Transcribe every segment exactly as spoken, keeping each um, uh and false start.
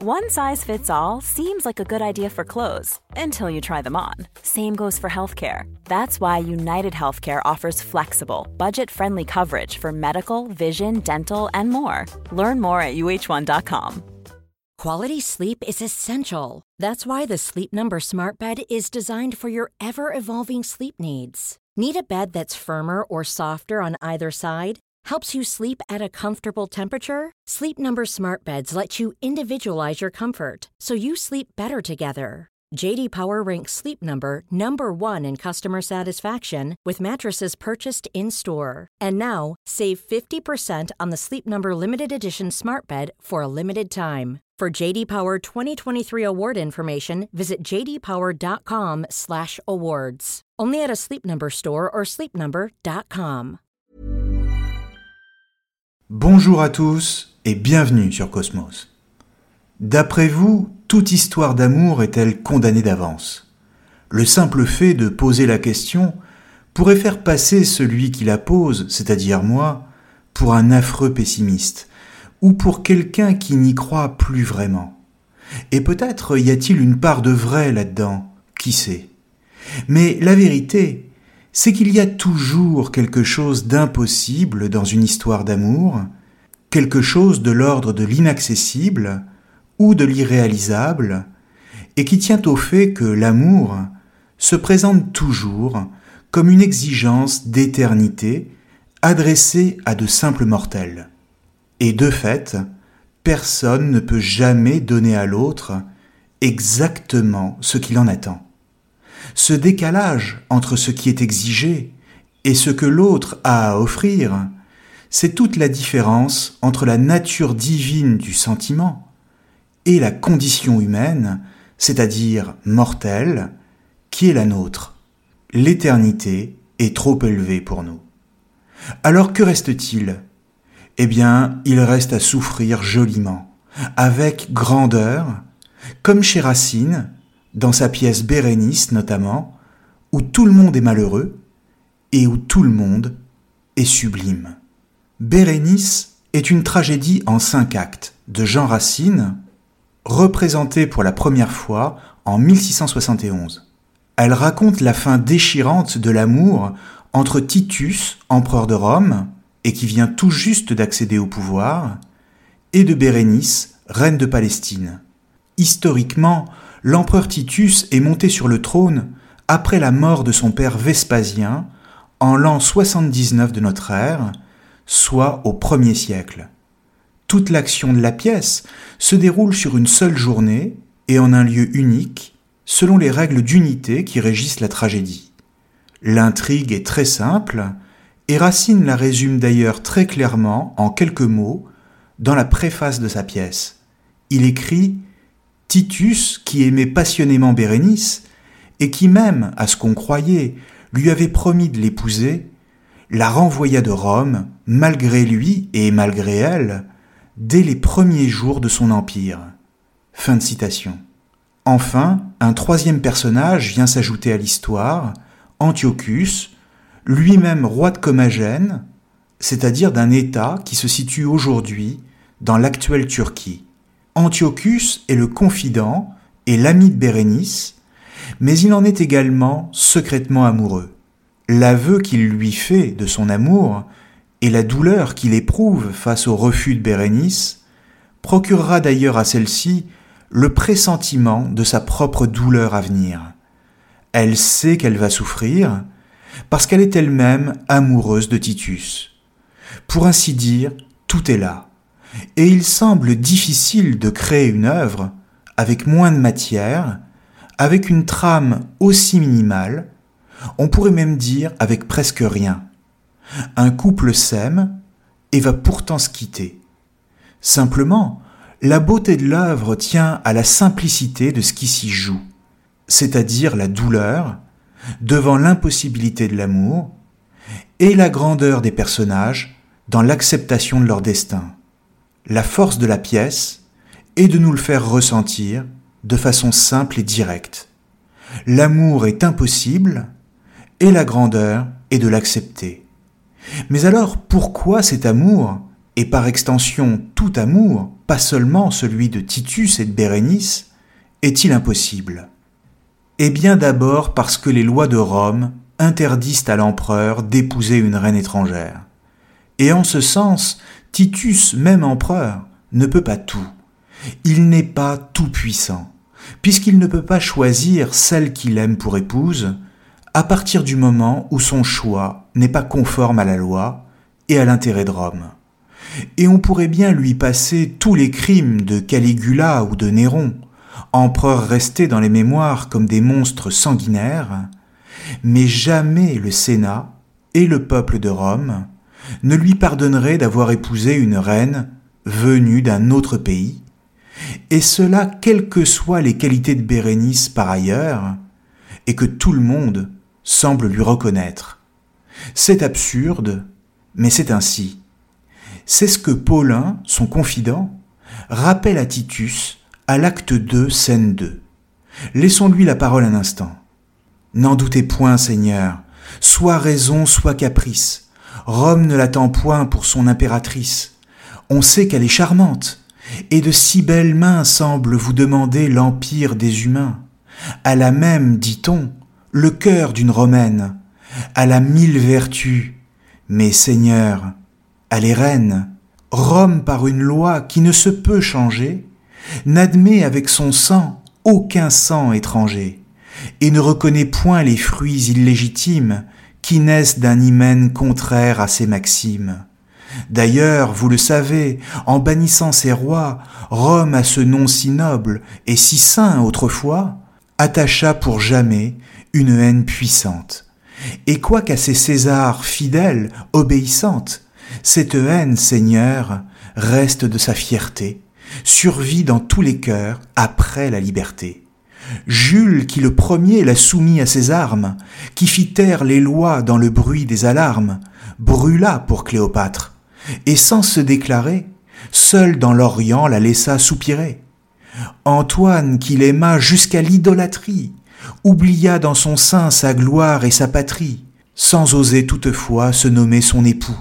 One size fits all seems like a good idea for clothes until you try them on. Same goes for healthcare. That's why United Healthcare offers flexible, budget-friendly coverage for medical, vision, dental, and more. Learn more at U H one dot com. Quality sleep is essential. That's why the Sleep Number Smart Bed is designed for your ever-evolving sleep needs. Need a bed that's firmer or softer on either side? Helps you sleep at a comfortable temperature? Sleep Number Smart Beds let you individualize your comfort, so you sleep better together. J D Power ranks Sleep Number number one in customer satisfaction with mattresses purchased in-store. And now, save fifty percent on the Sleep Number Limited Edition Smart Bed for a limited time. For J D Power twenty twenty-three award information, visit j d power dot com slash awards. Only at a Sleep Number store or sleep number dot com. Bonjour à tous et bienvenue sur Cosmos. D'après vous, toute histoire d'amour est-elle condamnée d'avance ? Le simple fait de poser la question pourrait faire passer celui qui la pose, c'est-à-dire moi, pour un affreux pessimiste, ou pour quelqu'un qui n'y croit plus vraiment. Et peut-être y a-t-il une part de vrai là-dedans, qui sait ? Mais la vérité, c'est qu'il y a toujours quelque chose d'impossible dans une histoire d'amour, quelque chose de l'ordre de l'inaccessible ou de l'irréalisable, et qui tient au fait que l'amour se présente toujours comme une exigence d'éternité adressée à de simples mortels. Et de fait, personne ne peut jamais donner à l'autre exactement ce qu'il en attend. Ce décalage entre ce qui est exigé et ce que l'autre a à offrir, c'est toute la différence entre la nature divine du sentiment et la condition humaine, c'est-à-dire mortelle, qui est la nôtre. L'éternité est trop élevée pour nous. Alors que reste-t-il ? Eh bien, il reste à souffrir joliment, avec grandeur, comme chez Racine, dans sa pièce Bérénice notamment, où tout le monde est malheureux et où tout le monde est sublime. Bérénice est une tragédie en cinq actes de Jean Racine, représentée pour la première fois en mille six cent soixante et onze. Elle raconte la fin déchirante de l'amour entre Titus, empereur de Rome, et qui vient tout juste d'accéder au pouvoir, et de Bérénice, reine de Palestine. Historiquement, l'empereur Titus est monté sur le trône après la mort de son père Vespasien en l'an soixante-dix-neuf de notre ère, soit au premier siècle. Toute l'action de la pièce se déroule sur une seule journée et en un lieu unique, selon les règles d'unité qui régissent la tragédie. L'intrigue est très simple, et Racine la résume d'ailleurs très clairement en quelques mots dans la préface de sa pièce. Il écrit « Titus, qui aimait passionnément Bérénice, et qui même, à ce qu'on croyait, lui avait promis de l'épouser, la renvoya de Rome, malgré lui et malgré elle, dès les premiers jours de son empire. » Fin de citation. Enfin, un troisième personnage vient s'ajouter à l'histoire, Antiochus, lui-même roi de Commagène, c'est-à-dire d'un État qui se situe aujourd'hui dans l'actuelle Turquie. Antiochus est le confident et l'ami de Bérénice, mais il en est également secrètement amoureux. L'aveu qu'il lui fait de son amour et la douleur qu'il éprouve face au refus de Bérénice procurera d'ailleurs à celle-ci le pressentiment de sa propre douleur à venir. Elle sait qu'elle va souffrir parce qu'elle est elle-même amoureuse de Titus. Pour ainsi dire, tout est là, et il semble difficile de créer une œuvre avec moins de matière, avec une trame aussi minimale, on pourrait même dire avec presque rien. Un couple s'aime et va pourtant se quitter. Simplement, la beauté de l'œuvre tient à la simplicité de ce qui s'y joue, c'est-à-dire la douleur devant l'impossibilité de l'amour et la grandeur des personnages dans l'acceptation de leur destin. La force de la pièce est de nous le faire ressentir de façon simple et directe. L'amour est impossible et la grandeur est de l'accepter. Mais alors pourquoi cet amour et par extension tout amour, pas seulement celui de Titus et de Bérénice, est-il impossible ? Eh bien d'abord parce que les lois de Rome interdisent à l'empereur d'épouser une reine étrangère. Et en ce sens, Titus, même empereur, ne peut pas tout. Il n'est pas tout-puissant, puisqu'il ne peut pas choisir celle qu'il aime pour épouse, à partir du moment où son choix n'est pas conforme à la loi et à l'intérêt de Rome. Et on pourrait bien lui passer tous les crimes de Caligula ou de Néron, empereurs restés dans les mémoires comme des monstres sanguinaires, mais jamais le Sénat et le peuple de Rome ne lui pardonneraient d'avoir épousé une reine venue d'un autre pays, et cela quelles que soient les qualités de Bérénice par ailleurs, et que tout le monde semble lui reconnaître. C'est absurde, mais c'est ainsi. C'est ce que Paulin, son confident, rappelle à Titus à l'acte deux, scène deux. Laissons-lui la parole un instant. « N'en doutez point, Seigneur, soit raison, soit caprice. Rome ne l'attend point pour son impératrice. On sait qu'elle est charmante, et de si belles mains semblent vous demander l'empire des humains. Elle a même, dit-on, le cœur d'une Romaine. Elle a mille vertus, mais Seigneur, elle est reine. Rome, par une loi qui ne se peut changer, n'admet avec son sang aucun sang étranger, et ne reconnaît point les fruits illégitimes qui naissent d'un hymen contraire à ses maximes. D'ailleurs, vous le savez, en bannissant ses rois, Rome à ce nom si noble et si saint autrefois, attacha pour jamais une haine puissante. Et quoiqu'à ses Césars fidèles, obéissantes, cette haine, Seigneur, reste de sa fierté, survit dans tous les cœurs après la liberté. Jules, qui le premier l'a soumis à ses armes, qui fit taire les lois dans le bruit des alarmes, brûla pour Cléopâtre, et sans se déclarer, seul dans l'Orient la laissa soupirer. Antoine, qui l'aima jusqu'à l'idolâtrie, oublia dans son sein sa gloire et sa patrie, sans oser toutefois se nommer son époux.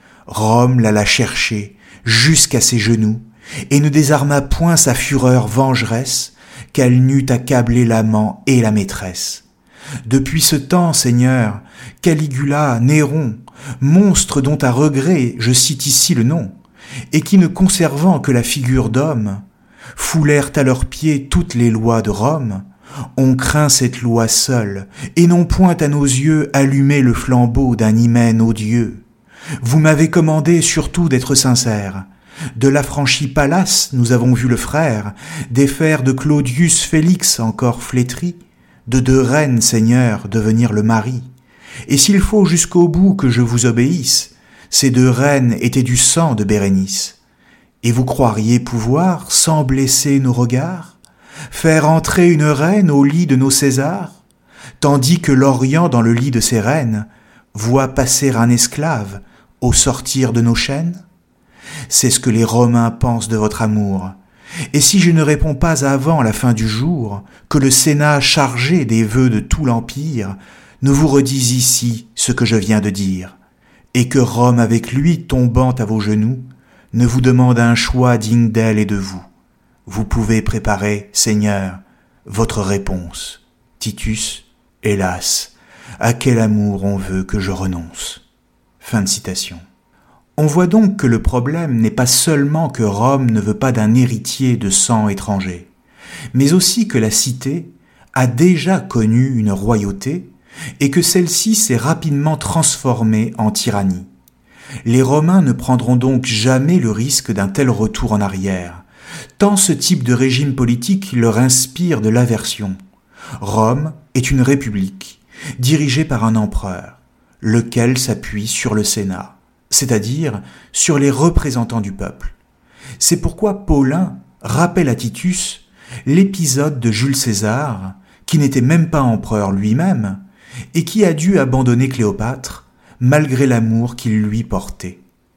Rome l'alla chercher jusqu'à ses genoux, et ne désarma point sa fureur vengeresse, qu'elle n'eût accablé l'amant et la maîtresse. Depuis ce temps, Seigneur, Caligula, Néron, monstres dont à regret je cite ici le nom, et qui ne conservant que la figure d'homme, foulèrent à leurs pieds toutes les lois de Rome, on craint cette loi seule, et non point à nos yeux allumer le flambeau d'un hymen odieux. Vous m'avez commandé surtout d'être sincère. De l'affranchi Pallas, nous avons vu le frère, défaire de Claudius Félix encore flétri, de deux reines, Seigneur, devenir le mari. Et s'il faut jusqu'au bout que je vous obéisse, ces deux reines étaient du sang de Bérénice. Et vous croiriez pouvoir, sans blesser nos regards, faire entrer une reine au lit de nos Césars, tandis que l'Orient dans le lit de ses reines voit passer un esclave au sortir de nos chaînes? C'est ce que les Romains pensent de votre amour. Et si je ne réponds pas avant la fin du jour, que le Sénat chargé des vœux de tout l'Empire ne vous redise ici ce que je viens de dire, et que Rome avec lui tombant à vos genoux ne vous demande un choix digne d'elle et de vous. Vous pouvez préparer, Seigneur, votre réponse. Titus, hélas, à quel amour on veut que je renonce. Fin de citation. On voit donc que le problème n'est pas seulement que Rome ne veut pas d'un héritier de sang étranger, mais aussi que la cité a déjà connu une royauté et que celle-ci s'est rapidement transformée en tyrannie. Les Romains ne prendront donc jamais le risque d'un tel retour en arrière, tant ce type de régime politique leur inspire de l'aversion. Rome est une république, dirigée par un empereur, lequel s'appuie sur le Sénat, c'est-à-dire sur les représentants du peuple. C'est pourquoi Paulin rappelle à Titus l'épisode de Jules César, qui n'était même pas empereur lui-même, et qui a dû abandonner Cléopâtre, malgré l'amour qu'il lui portait.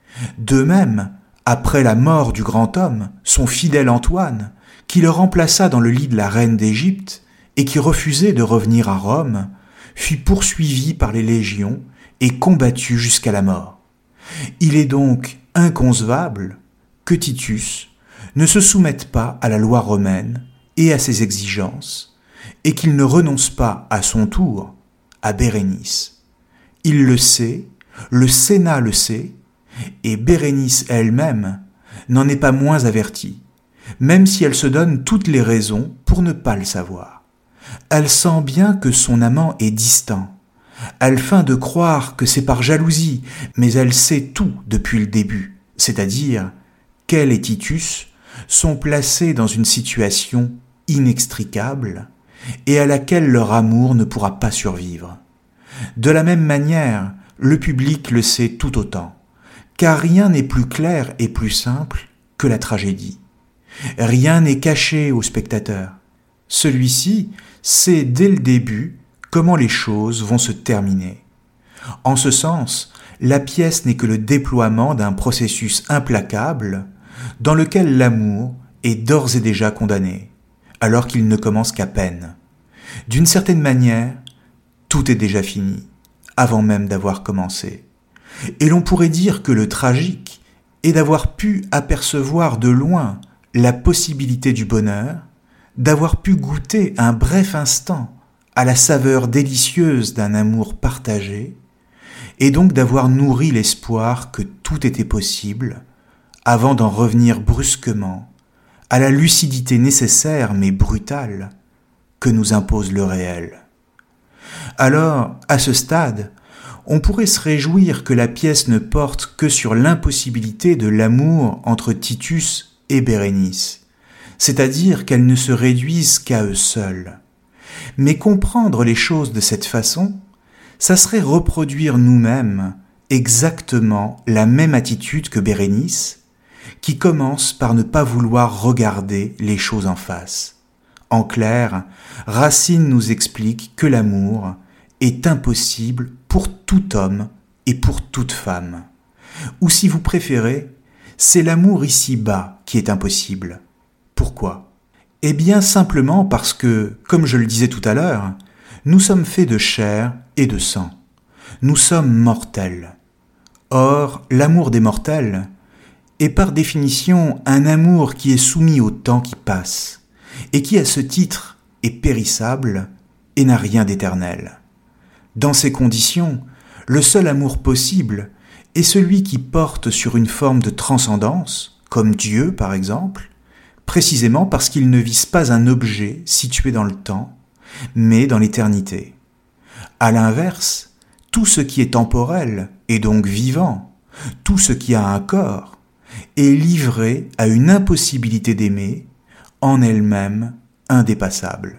De même, après la mort du grand homme, son fidèle Antoine, qui le remplaça dans le lit de la reine d'Égypte, et qui refusait de revenir à Rome, fut poursuivi par les légions et combattu jusqu'à la mort. Il est donc inconcevable que Titus ne se soumette pas à la loi romaine et à ses exigences, et qu'il ne renonce pas à son tour à Bérénice. Il le sait, le Sénat le sait, et Bérénice elle-même n'en est pas moins avertie, même si elle se donne toutes les raisons pour ne pas le savoir. Elle sent bien que son amant est distant. Elle feint de croire que c'est par jalousie, mais elle sait tout depuis le début, c'est-à-dire qu'elle et Titus sont placés dans une situation inextricable et à laquelle leur amour ne pourra pas survivre. De la même manière, le public le sait tout autant, car rien n'est plus clair et plus simple que la tragédie. Rien n'est caché au spectateur. Celui-ci sait dès le début comment les choses vont se terminer. En ce sens, la pièce n'est que le déploiement d'un processus implacable dans lequel l'amour est d'ores et déjà condamné, alors qu'il ne commence qu'à peine. D'une certaine manière, tout est déjà fini, avant même d'avoir commencé. Et l'on pourrait dire que le tragique est d'avoir pu apercevoir de loin la possibilité du bonheur, d'avoir pu goûter un bref instant à la saveur délicieuse d'un amour partagé, et donc d'avoir nourri l'espoir que tout était possible, avant d'en revenir brusquement à la lucidité nécessaire mais brutale que nous impose le réel. Alors, à ce stade, on pourrait se réjouir que la pièce ne porte que sur l'impossibilité de l'amour entre Titus et Bérénice, c'est-à-dire qu'elle ne se réduise qu'à eux seuls. Mais comprendre les choses de cette façon, ça serait reproduire nous-mêmes exactement la même attitude que Bérénice, qui commence par ne pas vouloir regarder les choses en face. En clair, Racine nous explique que l'amour est impossible pour tout homme et pour toute femme. Ou si vous préférez, c'est l'amour ici-bas qui est impossible. Pourquoi ? Eh bien simplement parce que, comme je le disais tout à l'heure, nous sommes faits de chair et de sang. Nous sommes mortels. Or, l'amour des mortels est par définition un amour qui est soumis au temps qui passe, et qui à ce titre est périssable et n'a rien d'éternel. Dans ces conditions, le seul amour possible est celui qui porte sur une forme de transcendance, comme Dieu par exemple, précisément parce qu'il ne vise pas un objet situé dans le temps, mais dans l'éternité. À l'inverse, tout ce qui est temporel et donc vivant, tout ce qui a un corps, est livré à une impossibilité d'aimer, en elle-même indépassable.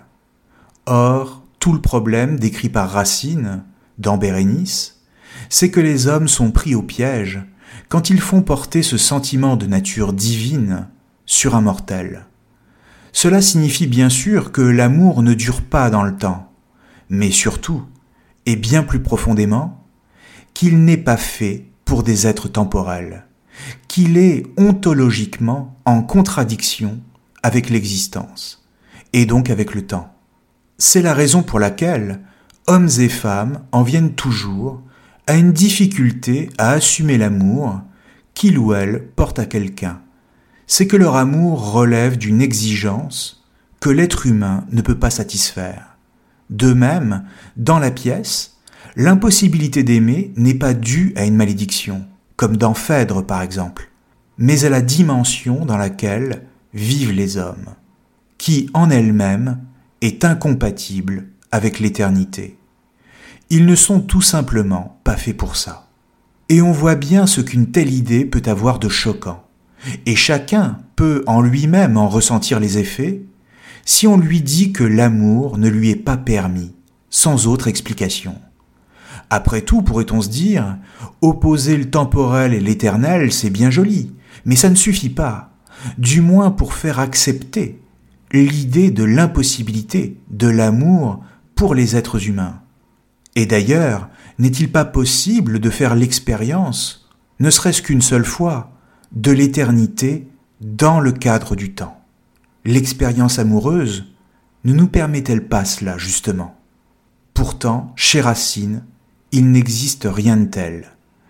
Or, tout le problème décrit par Racine, dans Bérénice, c'est que les hommes sont pris au piège quand ils font porter ce sentiment de nature divine sur un mortel. Cela signifie bien sûr que l'amour ne dure pas dans le temps, mais surtout, et bien plus profondément, qu'il n'est pas fait pour des êtres temporels, qu'il est ontologiquement en contradiction avec l'existence, et donc avec le temps. C'est la raison pour laquelle hommes et femmes en viennent toujours à une difficulté à assumer l'amour qu'il ou elle porte à quelqu'un. C'est que leur amour relève d'une exigence que l'être humain ne peut pas satisfaire. De même, dans la pièce, l'impossibilité d'aimer n'est pas due à une malédiction, comme dans Phèdre par exemple, mais à la dimension dans laquelle vivent les hommes, qui en elle-même est incompatible avec l'éternité. Ils ne sont tout simplement pas faits pour ça. Et on voit bien ce qu'une telle idée peut avoir de choquant. Et chacun peut en lui-même en ressentir les effets si on lui dit que l'amour ne lui est pas permis, sans autre explication. Après tout, pourrait-on se dire, opposer le temporel et l'éternel, c'est bien joli, mais ça ne suffit pas, du moins pour faire accepter l'idée de l'impossibilité de l'amour pour les êtres humains. Et d'ailleurs, n'est-il pas possible de faire l'expérience, ne serait-ce qu'une seule fois, de l'éternité dans le cadre du temps? L'expérience amoureuse ne nous permet-elle pas cela, justement? Pourtant, chez Racine, il n'existe rien de tel.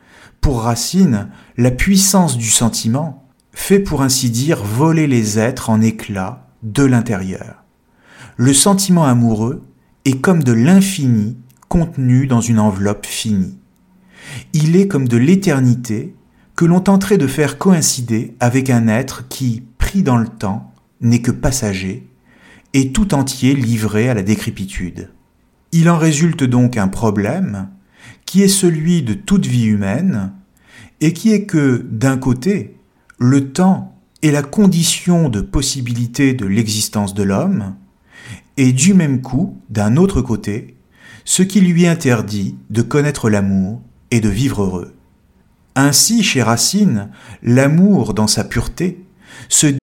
Pour Racine, la puissance du sentiment fait pour ainsi dire voler les êtres en éclats de l'intérieur. Le sentiment amoureux est comme de l'infini contenu dans une enveloppe finie. Il est comme de l'éternité que l'on tenterait de faire coïncider avec un être qui, pris dans le temps, n'est que passager, et tout entier livré à la décrépitude. Il en résulte donc un problème qui est celui de toute vie humaine, et qui est que, d'un côté, le temps est la condition de possibilité de l'existence de l'homme, et du même coup, d'un autre côté, ce qui lui interdit de connaître l'amour et de vivre heureux. Ainsi, chez Racine, l'amour dans sa pureté se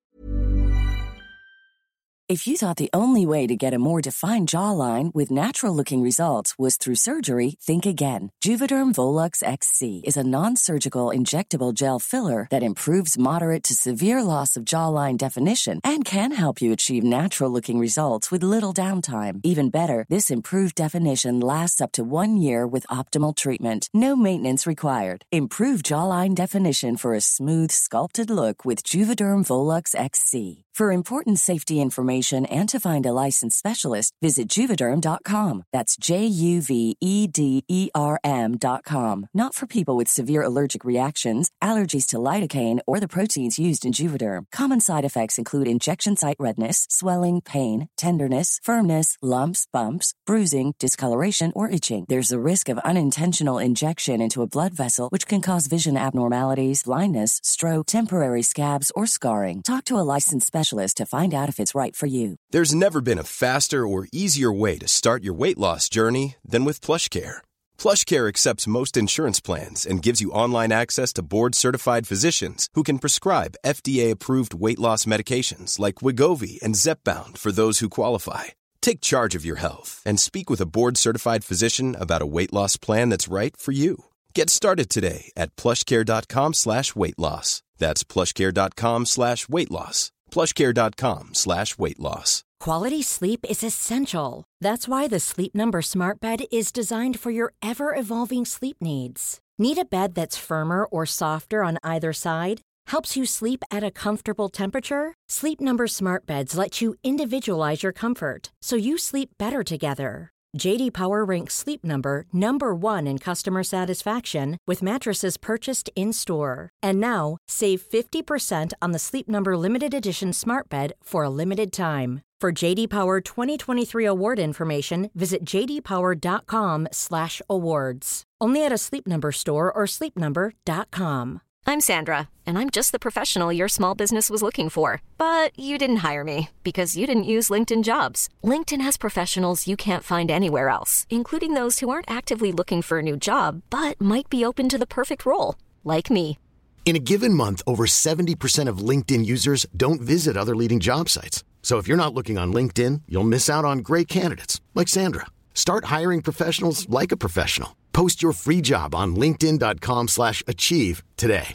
If you thought the only way to get a more defined jawline with natural-looking results was through surgery, think again. Juvederm Volux X C is a non-surgical injectable gel filler that improves moderate to severe loss of jawline definition and can help you achieve natural-looking results with little downtime. Even better, this improved definition lasts up to one year with optimal treatment. No maintenance required. Improve jawline definition for a smooth, sculpted look with Juvederm Volux X C. For important safety information and to find a licensed specialist, visit Juvederm dot com. That's J U V E D E R M dot com. Not for people with severe allergic reactions, allergies to lidocaine, or the proteins used in Juvederm. Common side effects include injection site redness, swelling, pain, tenderness, firmness, lumps, bumps, bruising, discoloration, or itching. There's a risk of unintentional injection into a blood vessel, which can cause vision abnormalities, blindness, stroke, temporary scabs, or scarring. Talk to a licensed specialist to find out if it's right for you. There's never been a faster or easier way to start your weight loss journey than with PlushCare. PlushCare accepts most insurance plans and gives you online access to board-certified physicians who can prescribe F D A-approved weight loss medications like Wegovy and Zepbound for those who qualify. Take charge of your health and speak with a board-certified physician about a weight loss plan that's right for you. Get started today at plushcare.com slash weight loss. That's plushcare.com slash weight loss. plushcare.com slash weight loss. Quality sleep is essential. That's why the Sleep Number Smart Bed is designed for your ever-evolving sleep needs. Need a bed that's firmer or softer on either side? Helps you sleep at a comfortable temperature? Sleep Number Smart Beds let you individualize your comfort, so you sleep better together. J D Power ranks Sleep Number number one in customer satisfaction with mattresses purchased in-store. And now, save fifty percent on the Sleep Number Limited Edition Smart Bed for a limited time. For J D Power twenty twenty-three award information, visit j d power dot com slash awards. Only at a Sleep Number store or sleep number dot com. I'm Sandra, and I'm just the professional your small business was looking for. But you didn't hire me because you didn't use LinkedIn Jobs. LinkedIn has professionals you can't find anywhere else, including those who aren't actively looking for a new job, but might be open to the perfect role, like me. In a given month, over seventy percent of LinkedIn users don't visit other leading job sites. So if you're not looking on LinkedIn, you'll miss out on great candidates, like Sandra. Start hiring professionals like a professional. Post your free job on linkedin.com slash achieve today.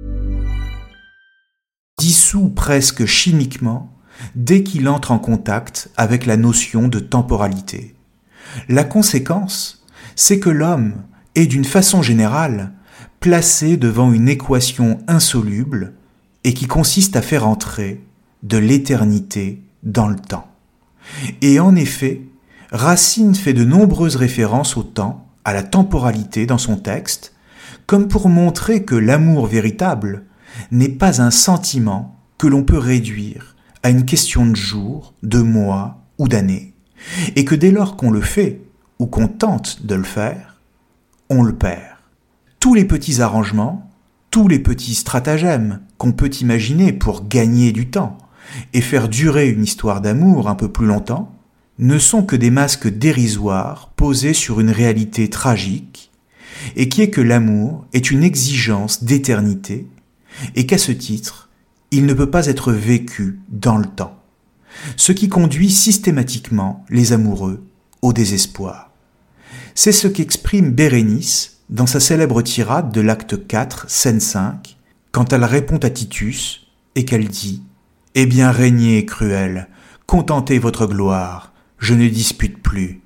Dissout presque chimiquement dès qu'il entre en contact avec la notion de temporalité. La conséquence, c'est que l'homme est d'une façon générale placé devant une équation insoluble et qui consiste à faire entrer de l'éternité dans le temps. Et en effet, Racine fait de nombreuses références au temps, à la temporalité dans son texte, comme pour montrer que l'amour véritable n'est pas un sentiment que l'on peut réduire à une question de jours, de mois ou d'années, et que dès lors qu'on le fait ou qu'on tente de le faire, on le perd. Tous les petits arrangements, tous les petits stratagèmes qu'on peut imaginer pour gagner du temps et faire durer une histoire d'amour un peu plus longtemps, ne sont que des masques dérisoires posés sur une réalité tragique, et qui est que l'amour est une exigence d'éternité, et qu'à ce titre, il ne peut pas être vécu dans le temps, ce qui conduit systématiquement les amoureux au désespoir. C'est ce qu'exprime Bérénice dans sa célèbre tirade de l'acte quatre, scène cinq, quand elle répond à Titus et qu'elle dit « Eh bien, régnez, cruel, contentez votre gloire, je ne dispute plus.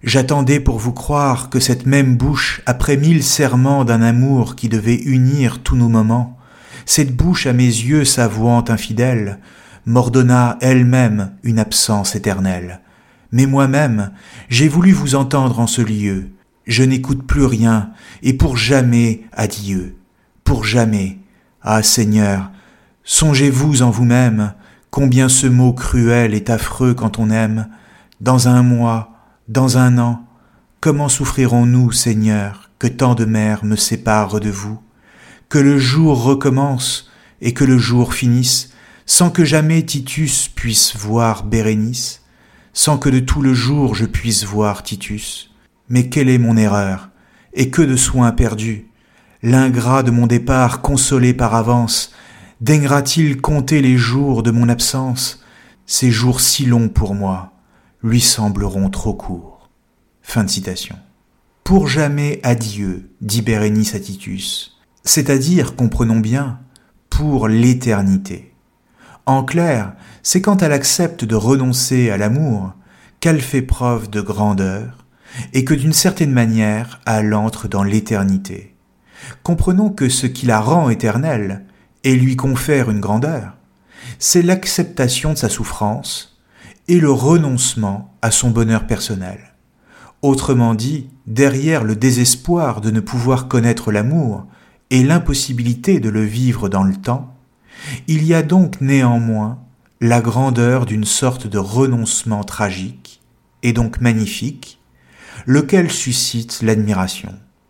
J'attendais pour vous croire que cette même bouche, après mille serments d'un amour qui devait unir tous nos moments, cette bouche à mes yeux s'avouant infidèle, m'ordonna elle-même une absence éternelle. Mais moi-même, j'ai voulu vous entendre en ce lieu. Je n'écoute plus rien, et pour jamais adieu. Pour jamais. Ah Seigneur, songez-vous en vous-même combien ce mot cruel est affreux quand on aime. Dans un mois, dans un an, comment souffrirons-nous, Seigneur, que tant de mers me séparent de vous? Que le jour recommence et que le jour finisse, sans que jamais Titus puisse voir Bérénice, sans que de tout le jour je puisse voir Titus. Mais quelle est mon erreur, et que de soins perdus! L'ingrat de mon départ consolé par avance, daignera-t-il compter les jours de mon absence? Ces jours si longs pour moi lui sembleront trop courts. Fin de citation. Pour jamais adieu, dit Bérénice à Titus, c'est-à-dire, comprenons bien, pour l'éternité. En clair, c'est quand elle accepte de renoncer à l'amour qu'elle fait preuve de grandeur et que d'une certaine manière elle entre dans l'éternité. Comprenons que ce qui la rend éternelle et lui confère une grandeur, c'est l'acceptation de sa souffrance et le renoncement à son bonheur personnel. Autrement dit, derrière le désespoir de ne pouvoir connaître l'amour et l'impossibilité de le vivre dans le temps, il y a donc néanmoins la grandeur d'une sorte de renoncement tragique, et donc magnifique, lequel suscite l'admiration.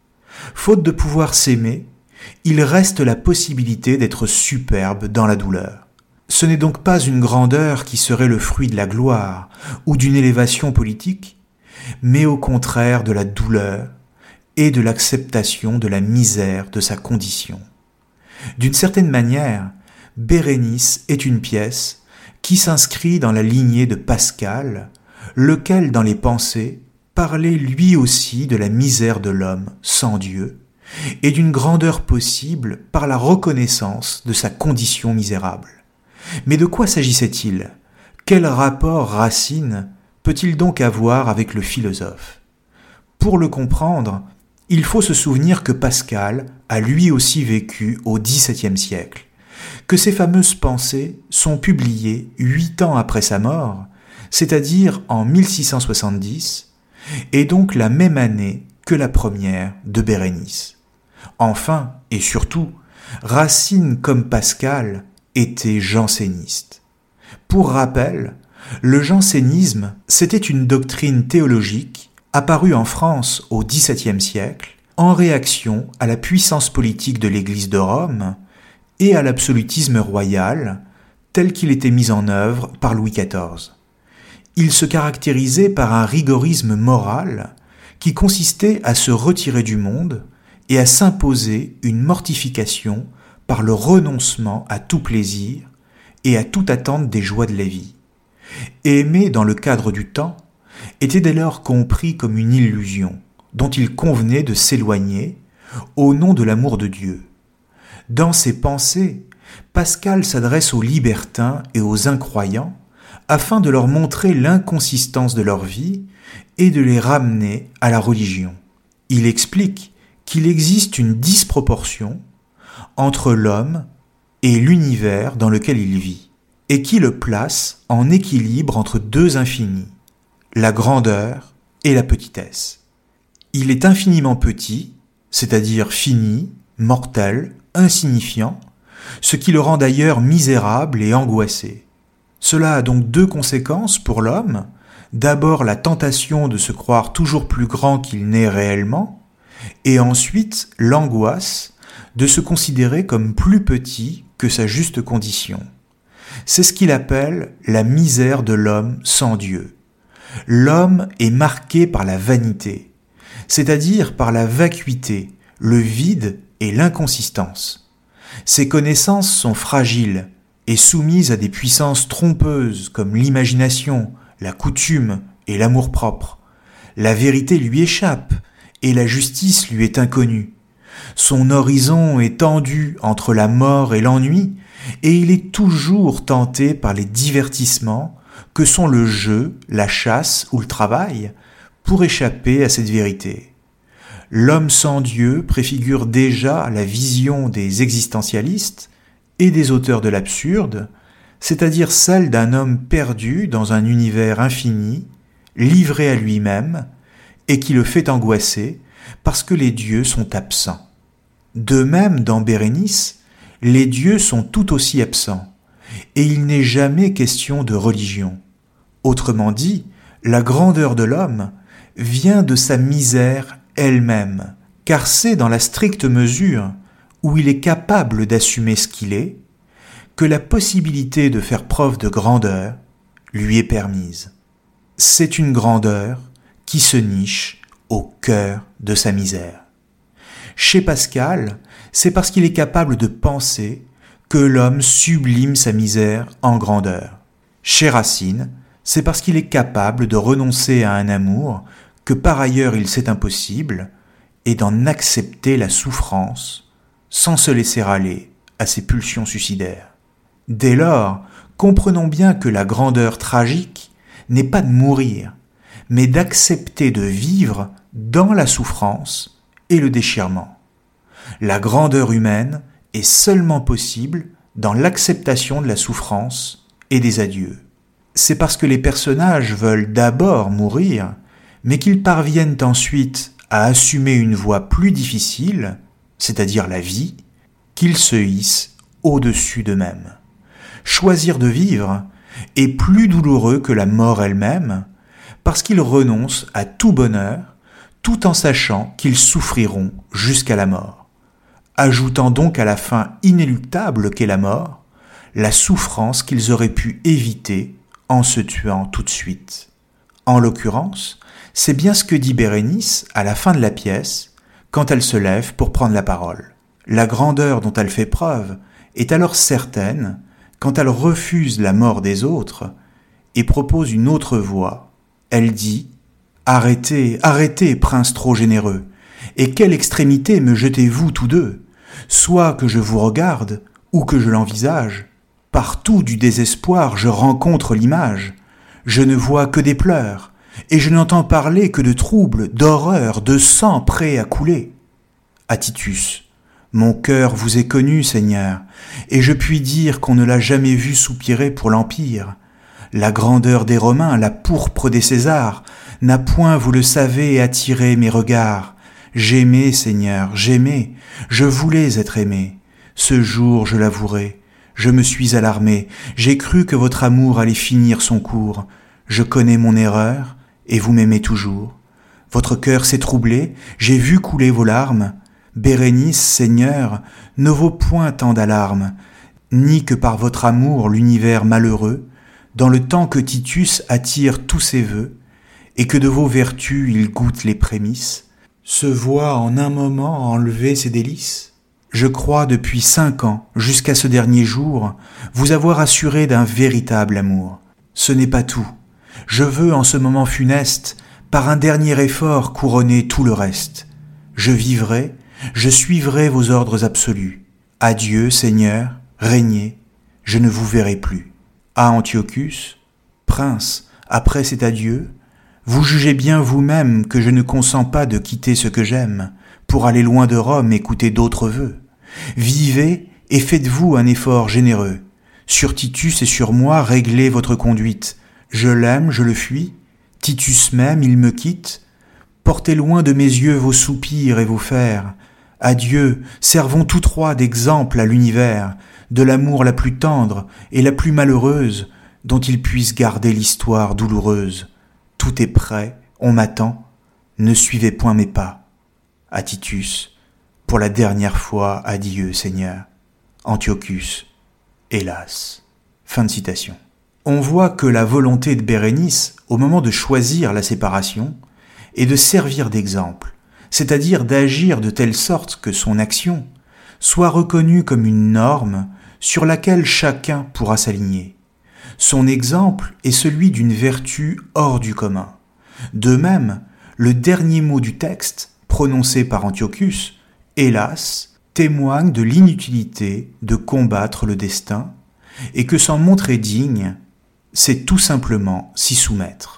Faute de pouvoir s'aimer, il reste la possibilité d'être superbe dans la douleur. Ce n'est donc pas une grandeur qui serait le fruit de la gloire ou d'une élévation politique, mais au contraire de la douleur et de l'acceptation de la misère de sa condition. D'une certaine manière, Bérénice est une pièce qui s'inscrit dans la lignée de Pascal, lequel, dans les Pensées, parlait lui aussi de la misère de l'homme sans Dieu et d'une grandeur possible par la reconnaissance de sa condition misérable. Mais de quoi s'agissait-il? Quel rapport Racine peut-il donc avoir avec le philosophe? Pour le comprendre, il faut se souvenir que Pascal a lui aussi vécu au dix-septième siècle, que ses fameuses pensées sont publiées huit ans après sa mort, c'est-à-dire en mille six cent soixante-dix, et donc la même année que la première de Bérénice. Enfin, et surtout, Racine comme Pascal était janséniste. Pour rappel, le jansénisme, c'était une doctrine théologique apparue en France au dix-septième siècle en réaction à la puissance politique de l'Église de Rome et à l'absolutisme royal tel qu'il était mis en œuvre par Louis quatorze. Il se caractérisait par un rigorisme moral qui consistait à se retirer du monde et à s'imposer une mortification par le renoncement à tout plaisir et à toute attente des joies de la vie. Aimer dans le cadre du temps était dès lors compris comme une illusion dont il convenait de s'éloigner au nom de l'amour de Dieu. Dans ses pensées, Pascal s'adresse aux libertins et aux incroyants afin de leur montrer l'inconsistance de leur vie et de les ramener à la religion. Il explique qu'il existe une disproportion entre l'homme et l'univers dans lequel il vit, et qui le place en équilibre entre deux infinis, la grandeur et la petitesse. Il est infiniment petit, c'est-à-dire fini, mortel, insignifiant, ce qui le rend d'ailleurs misérable et angoissé. Cela a donc deux conséquences pour l'homme. D'abord la tentation de se croire toujours plus grand qu'il n'est réellement, et ensuite l'angoisse de se considérer comme plus petit que sa juste condition. C'est ce qu'il appelle la misère de l'homme sans Dieu. L'homme est marqué par la vanité, c'est-à-dire par la vacuité, le vide et l'inconsistance. Ses connaissances sont fragiles et soumises à des puissances trompeuses comme l'imagination, la coutume et l'amour-propre. La vérité lui échappe et la justice lui est inconnue. Son horizon est tendu entre la mort et l'ennui, et il est toujours tenté par les divertissements que sont le jeu, la chasse ou le travail, pour échapper à cette vérité. L'homme sans Dieu préfigure déjà la vision des existentialistes et des auteurs de l'absurde, c'est-à-dire celle d'un homme perdu dans un univers infini, livré à lui-même, et qui le fait angoisser parce que les dieux sont absents. De même, dans Bérénice, les dieux sont tout aussi absents, et il n'est jamais question de religion. Autrement dit, la grandeur de l'homme vient de sa misère elle-même, car c'est dans la stricte mesure où il est capable d'assumer ce qu'il est, que la possibilité de faire preuve de grandeur lui est permise. C'est une grandeur qui se niche au cœur de sa misère. Chez Pascal, c'est parce qu'il est capable de penser que l'homme sublime sa misère en grandeur. Chez Racine, c'est parce qu'il est capable de renoncer à un amour que par ailleurs il sait impossible et d'en accepter la souffrance sans se laisser aller à ses pulsions suicidaires. Dès lors, comprenons bien que la grandeur tragique n'est pas de mourir, mais d'accepter de vivre dans la souffrance et le déchirement. La grandeur humaine est seulement possible dans l'acceptation de la souffrance et des adieux. C'est parce que les personnages veulent d'abord mourir, mais qu'ils parviennent ensuite à assumer une voie plus difficile, c'est-à-dire la vie, qu'ils se hissent au-dessus d'eux-mêmes. Choisir de vivre est plus douloureux que la mort elle-même, parce qu'ils renoncent à tout bonheur, tout en sachant qu'ils souffriront jusqu'à la mort, ajoutant donc à la fin inéluctable qu'est la mort, la souffrance qu'ils auraient pu éviter en se tuant tout de suite. En l'occurrence, c'est bien ce que dit Bérénice à la fin de la pièce, quand elle se lève pour prendre la parole. La grandeur dont elle fait preuve est alors certaine quand elle refuse la mort des autres et propose une autre voie. Elle dit « Arrêtez, arrêtez, prince trop généreux, et quelle extrémité me jetez-vous tous deux, soit que je vous regarde ou que je l'envisage. Partout du désespoir je rencontre l'image, je ne vois que des pleurs, et je n'entends parler que de troubles, d'horreur, de sang prêt à couler. » À Titus, mon cœur vous est connu, Seigneur, et je puis dire qu'on ne l'a jamais vu soupirer pour l'Empire. La grandeur des Romains, la pourpre des Césars, n'a point, vous le savez, attiré mes regards. J'aimais, Seigneur, j'aimais, je voulais être aimé. Ce jour, je l'avouerai, je me suis alarmé, j'ai cru que votre amour allait finir son cours. Je connais mon erreur, et vous m'aimez toujours. Votre cœur s'est troublé, j'ai vu couler vos larmes. Bérénice, Seigneur, ne vaut point tant d'alarmes, ni que par votre amour l'univers malheureux, dans le temps que Titus attire tous ses vœux, et que de vos vertus il goûte les prémices, se voit en un moment enlever ses délices. Je crois depuis cinq ans, jusqu'à ce dernier jour, vous avoir assuré d'un véritable amour. Ce n'est pas tout. Je veux en ce moment funeste, par un dernier effort couronner tout le reste. Je vivrai, je suivrai vos ordres absolus. Adieu, Seigneur, régnez, je ne vous verrai plus. À Antiochus, prince, après cet adieu, vous jugez bien vous-même que je ne consens pas de quitter ce que j'aime, pour aller loin de Rome écouter d'autres vœux. Vivez et faites-vous un effort généreux. Sur Titus et sur moi, réglez votre conduite. Je l'aime, je le fuis. Titus même, il me quitte. Portez loin de mes yeux vos soupirs et vos fers. Adieu, servons tous trois d'exemple à l'univers, de l'amour la plus tendre et la plus malheureuse, dont il puisse garder l'histoire douloureuse. Tout est prêt, on m'attend, ne suivez point mes pas. À Titus, pour la dernière fois, adieu, Seigneur. Antiochus, hélas. Fin de citation. On voit que la volonté de Bérénice, au moment de choisir la séparation, est de servir d'exemple, c'est-à-dire d'agir de telle sorte que son action soit reconnue comme une norme sur laquelle chacun pourra s'aligner. Son exemple est celui d'une vertu hors du commun. De même, le dernier mot du texte, prononcé par Antiochus, hélas, témoigne de l'inutilité de combattre le destin, et que s'en montrer digne, c'est tout simplement s'y soumettre.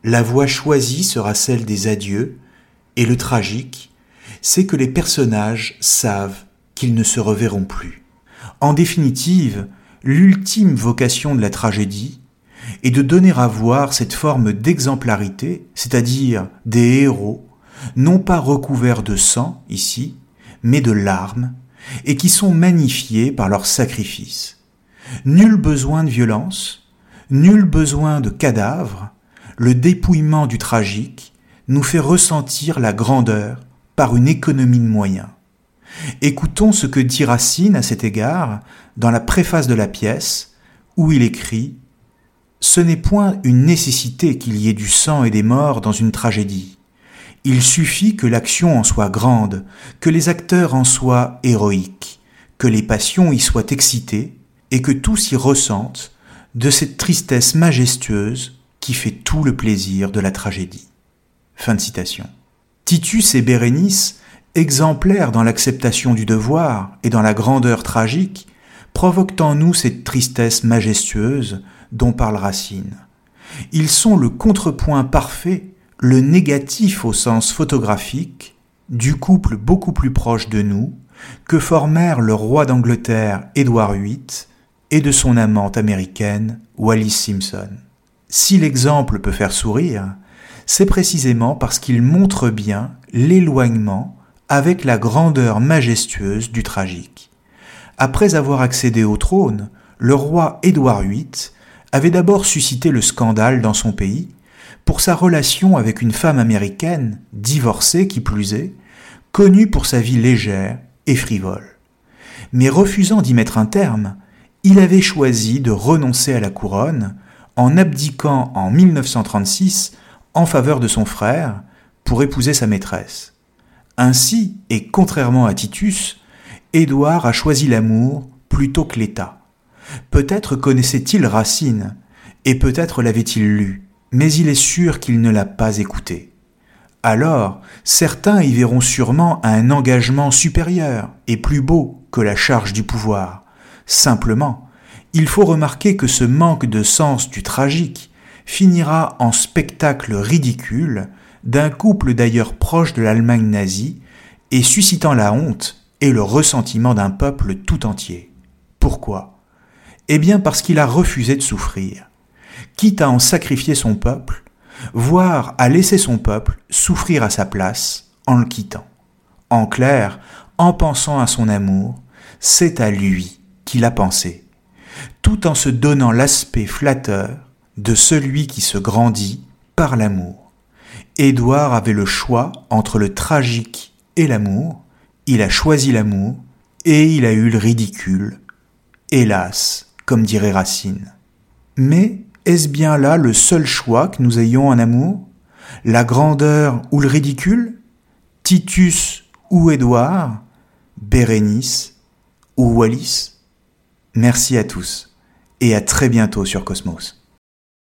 La voie choisie sera celle des adieux, et le tragique, c'est que les personnages savent qu'ils ne se reverront plus. En définitive, l'ultime vocation de la tragédie est de donner à voir cette forme d'exemplarité, c'est-à-dire des héros, non pas recouverts de sang, ici, mais de larmes, et qui sont magnifiés par leur sacrifice. Nul besoin de violence, nul besoin de cadavres, le dépouillement du tragique nous fait ressentir la grandeur par une économie de moyens. Écoutons ce que dit Racine à cet égard dans la préface de la pièce, où il écrit « Ce n'est point une nécessité qu'il y ait du sang et des morts dans une tragédie. Il suffit que l'action en soit grande, que les acteurs en soient héroïques, que les passions y soient excitées et que tous y ressentent de cette tristesse majestueuse qui fait tout le plaisir de la tragédie. » Fin de citation. Titus et Bérénice, exemplaires dans l'acceptation du devoir et dans la grandeur tragique, provoquent en nous cette tristesse majestueuse dont parle Racine. Ils sont le contrepoint parfait, le négatif au sens photographique, du couple beaucoup plus proche de nous que formèrent le roi d'Angleterre Édouard huit et de son amante américaine Wallis Simpson. Si l'exemple peut faire sourire, c'est précisément parce qu'il montre bien l'éloignement avec la grandeur majestueuse du tragique. Après avoir accédé au trône, le roi Édouard huit avait d'abord suscité le scandale dans son pays pour sa relation avec une femme américaine, divorcée qui plus est, connue pour sa vie légère et frivole. Mais refusant d'y mettre un terme, il avait choisi de renoncer à la couronne en abdiquant en mille neuf cent trente-six en faveur de son frère pour épouser sa maîtresse. Ainsi, et contrairement à Titus, Édouard a choisi l'amour plutôt que l'État. Peut-être connaissait-il Racine, et peut-être l'avait-il lu, mais il est sûr qu'il ne l'a pas écouté. Alors, certains y verront sûrement un engagement supérieur et plus beau que la charge du pouvoir. Simplement, il faut remarquer que ce manque de sens du tragique finira en spectacle ridicule d'un couple d'ailleurs proche de l'Allemagne nazie et suscitant la honte et le ressentiment d'un peuple tout entier. Pourquoi ? Eh bien parce qu'il a refusé de souffrir, quitte à en sacrifier son peuple, voire à laisser son peuple souffrir à sa place en le quittant. En clair, en pensant à son amour, c'est à lui qu'il a pensé, tout en se donnant l'aspect flatteur de celui qui se grandit par l'amour. Édouard avait le choix entre le tragique et l'amour, il a choisi l'amour et il a eu le ridicule, hélas, comme dirait Racine. Mais est-ce bien là le seul choix que nous ayons en amour ? La grandeur ou le ridicule ? Titus ou Édouard ? Bérénice ou Wallis ? Merci à tous et à très bientôt sur Cosmos.